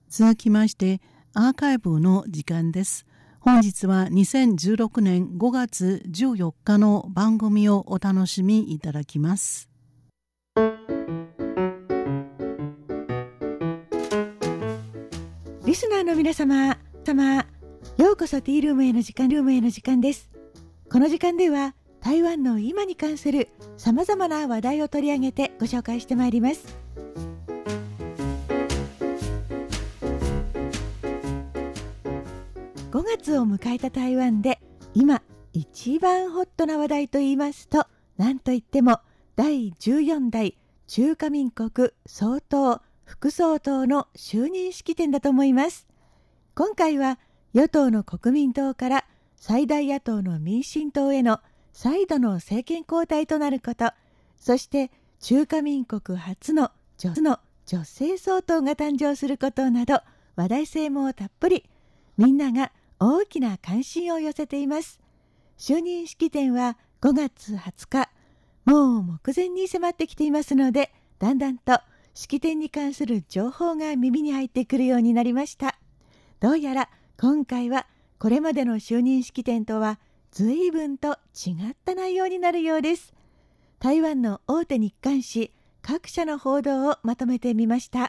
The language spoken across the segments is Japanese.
続きましてアーカイブの時間です。本日は2016年5月14日の番組をお楽しみいただきます。 リスナーの皆様、ようこそティールームへの時間です。この時間では台湾の今に関するさまざまな話題を取り上げてご紹介してまいります。5月を迎えた台湾で今一番ホットな話題と言いますと、なんといっても第14代中華民国総統副総統の就任式典だと思います。今回は与党の国民党から最大野党の民進党への再度の政権交代となること、そして中華民国初の女性総統が誕生することなど、話題性もたっぷり、みんなが大きな関心を寄せています。就任式典は5月20日、もう目前に迫ってきていますので、だんだんと式典に関する情報が耳に入ってくるようになりました。どうやら今回はこれまでの就任式典とは随分と違った内容になるようです。台湾の大手日刊紙各社の報道をまとめてみました。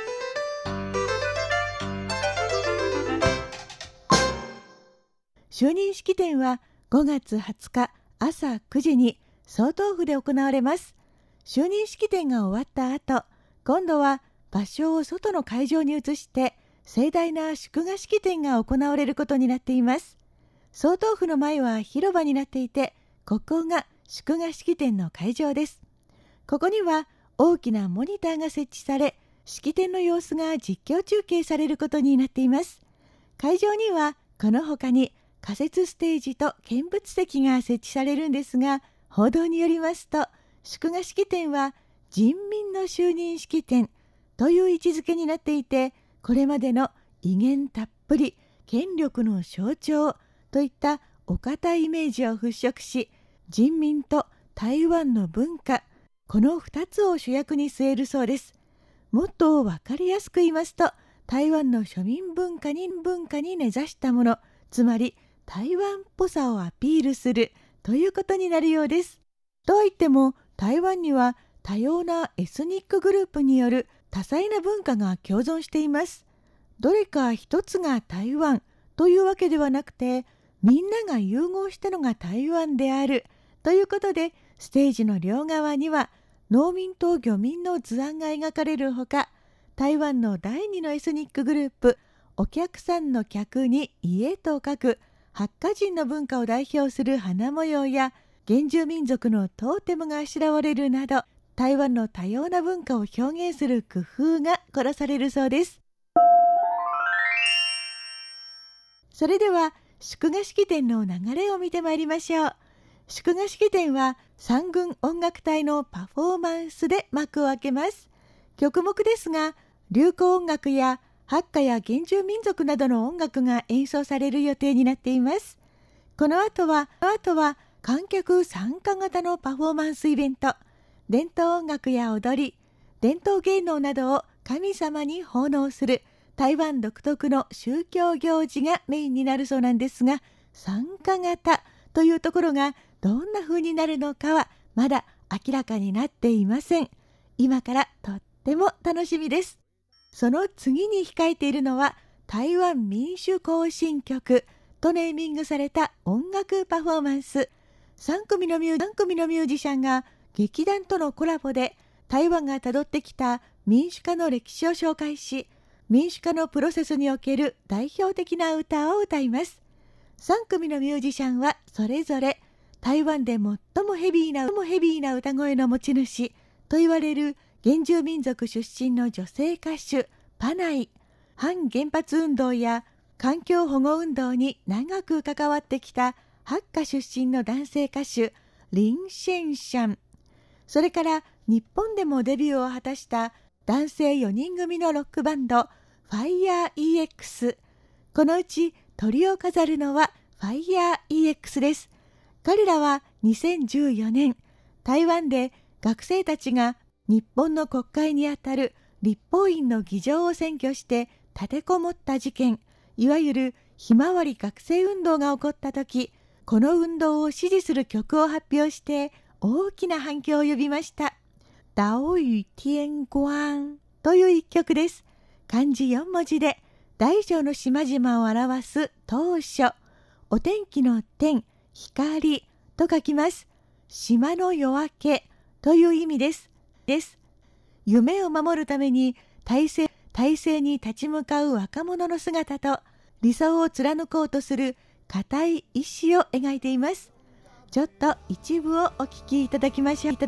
就任式典は5月20日朝9時に総統府で行われます。就任式典が終わった後、今度は場所を外の会場に移して盛大な祝賀式典が行われることになっています。総統府の前は広場になっていて、ここが祝賀式典の会場です。ここには大きなモニターが設置され、式典の様子が実況中継されることになっています。会場にはこの他に仮設ステージと見物席が設置されるんですが、報道によりますと、祝賀式典は人民の就任式典という位置づけになっていて、これまでの威厳たっぷり権力の象徴といったお堅いイメージを払拭し、人民と台湾の文化、この2つを主役に据えるそうです。もっと分かりやすく言いますと、台湾の庶民文化に根ざしたもの、つまり台湾っぽさをアピールするということになるようです。とはいっても台湾には多様なエスニックグループによる多彩な文化が共存しています。どれか一つが台湾というわけではなくて、みんなが融合したのが台湾であるということで、ステージの両側には農民と漁民の図案が描かれるほか、台湾の第二のエスニックグループ、お客さんの客に家と書くハッカ人の文化を代表する花模様や、原住民族のトーテムがあしらわれるなど、台湾の多様な文化を表現する工夫が凝らされるそうです。それでは祝賀式典の流れを見てまいりましょう。祝賀式典は三軍音楽隊のパフォーマンスで幕を開けます。曲目ですが、流行音楽やハッカや原住民族などの音楽が演奏される予定になっています。この後は観客参加型のパフォーマンスイベント、伝統音楽や踊り、伝統芸能などを神様に奉納する台湾独特の宗教行事がメインになるそうなんですが、参加型というところがどんな風になるのかはまだ明らかになっていません。今からとっても楽しみです。その次に控えているのは台湾民主行進曲とネーミングされた音楽パフォーマンス。3組のミュージシャンが劇団とのコラボで台湾がたどってきた民主化の歴史を紹介し、民主化のプロセスにおける代表的な歌を歌います。3組のミュージシャンはそれぞれ台湾で最もヘビーな歌声の持ち主と言われる原住民族出身の女性歌手パナイ、反原発運動や環境保護運動に長く関わってきたハッカ出身の男性歌手リン・シェンシャン、それから日本でもデビューを果たした男性4人組のロックバンドファイヤー EX。 このうちトリを飾るのはファイヤー EX です。彼らは2014年台湾で学生たちが日本の国会にあたる立法院の議場を占拠して立てこもった事件、いわゆるひまわり学生運動が起こった時、この運動を支持する曲を発表して大きな反響を呼びました。島屿天光という一曲です。漢字4文字で大小の島々を表す当初、お天気の天、光と書きます。島の夜明けという意味です。夢を守るために体制に立ち向かう若者の姿と理想を貫こうとする固い意志を描いています。ちょっと一部をお聞きいただきましょう。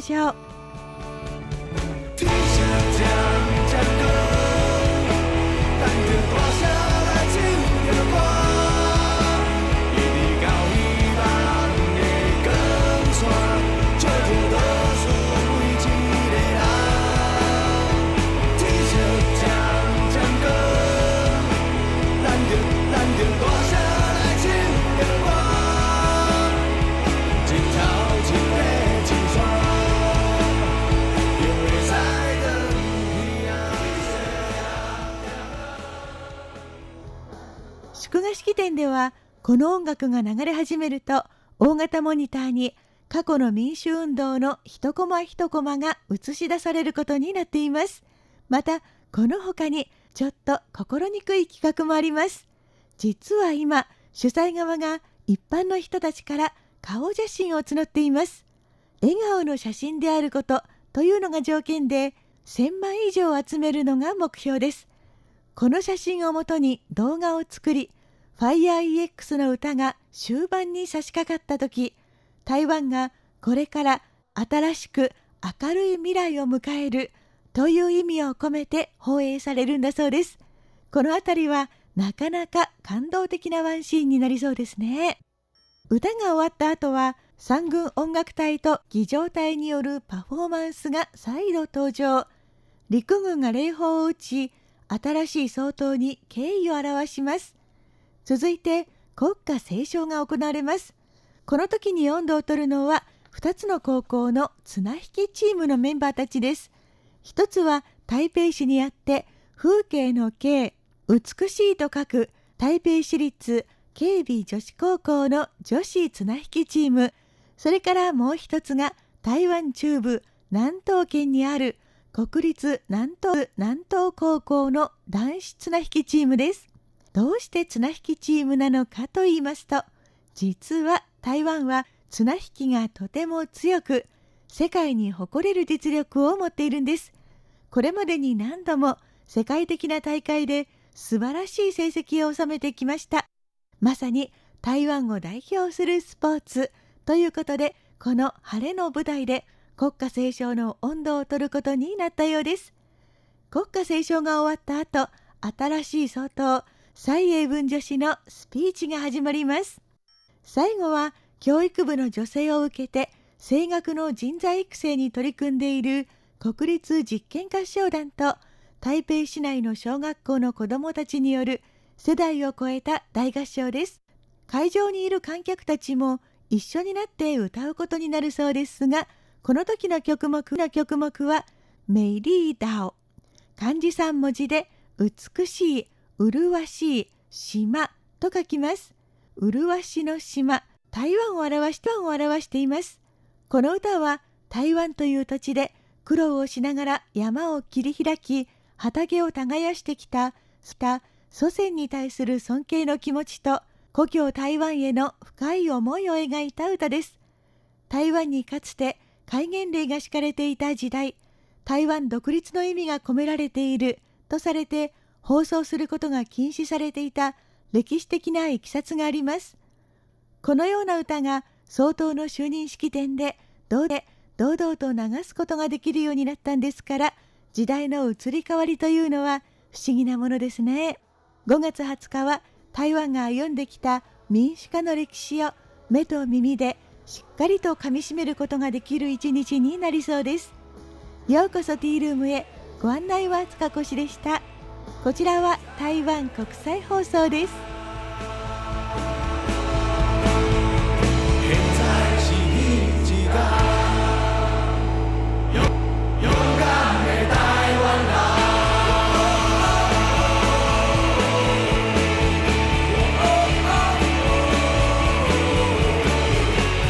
祝賀式典ではこの音楽が流れ始めると大型モニターに過去の民主運動の一コマ一コマが映し出されることになっています。またこの他にちょっと心にくい企画もあります。実は今主催側が一般の人たちから顔写真を募っています。笑顔の写真であることというのが条件で1000枚以上集めるのが目標です。この写真をもとに動画を作り、FireEX の歌が終盤に差し掛かった時、台湾がこれから新しく明るい未来を迎えるという意味を込めて放映されるんだそうです。このあたりはなかなか感動的なワンシーンになりそうですね。歌が終わった後は三軍音楽隊と儀仗隊によるパフォーマンスが再度登場。陸軍が礼砲を撃ち、新しい総統に敬意を表します。続いて国歌斉唱が行われます。この時に音頭を取るのは2つの高校の綱引きチームのメンバーたちです。一つは台北市にあって風景の景、美しいと書く台北市立警備女子高校の女子綱引きチーム。それからもう一つが台湾中部南東県にある国立南東高校の男子綱引きチームです。どうして綱引きチームなのかと言いますと、実は台湾は綱引きがとても強く、世界に誇れる実力を持っているんです。これまでに何度も世界的な大会で素晴らしい成績を収めてきました。まさに台湾を代表するスポーツということで、この晴れの舞台で国歌斉唱の音頭を取ることになったようです。国歌斉唱が終わった後、新しい総統蔡英文女史のスピーチが始まります。最後は教育部の助成を受けて声楽の人材育成に取り組んでいる国立実験合唱団と台北市内の小学校の子どもたちによる世代を超えた大合唱です。会場にいる観客たちも一緒になって歌うことになるそうですが、この時の曲目は美麗島、漢字3文字で美しい、麗しい、島と書きます。麗しの島、台湾を表しています。この歌は台湾という土地で苦労をしながら山を切り開き、畑を耕してきた祖先に対する尊敬の気持ちと故郷台湾への深い思いを描いた歌です。台湾にかつて戒厳令が敷かれていた時代、台湾独立の意味が込められているとされて放送することが禁止されていた歴史的ないきさつがあります。このような歌が総統の就任式典で堂々と流すことができるようになったんですから、時代の移り変わりというのは不思議なものですね。5月20日は台湾が歩んできた民主化の歴史を目と耳でしっかりとかみしめることができる一日になりそうです。ようこそティールームへ。ご案内は塚越でした。こちらは台湾国際放送です。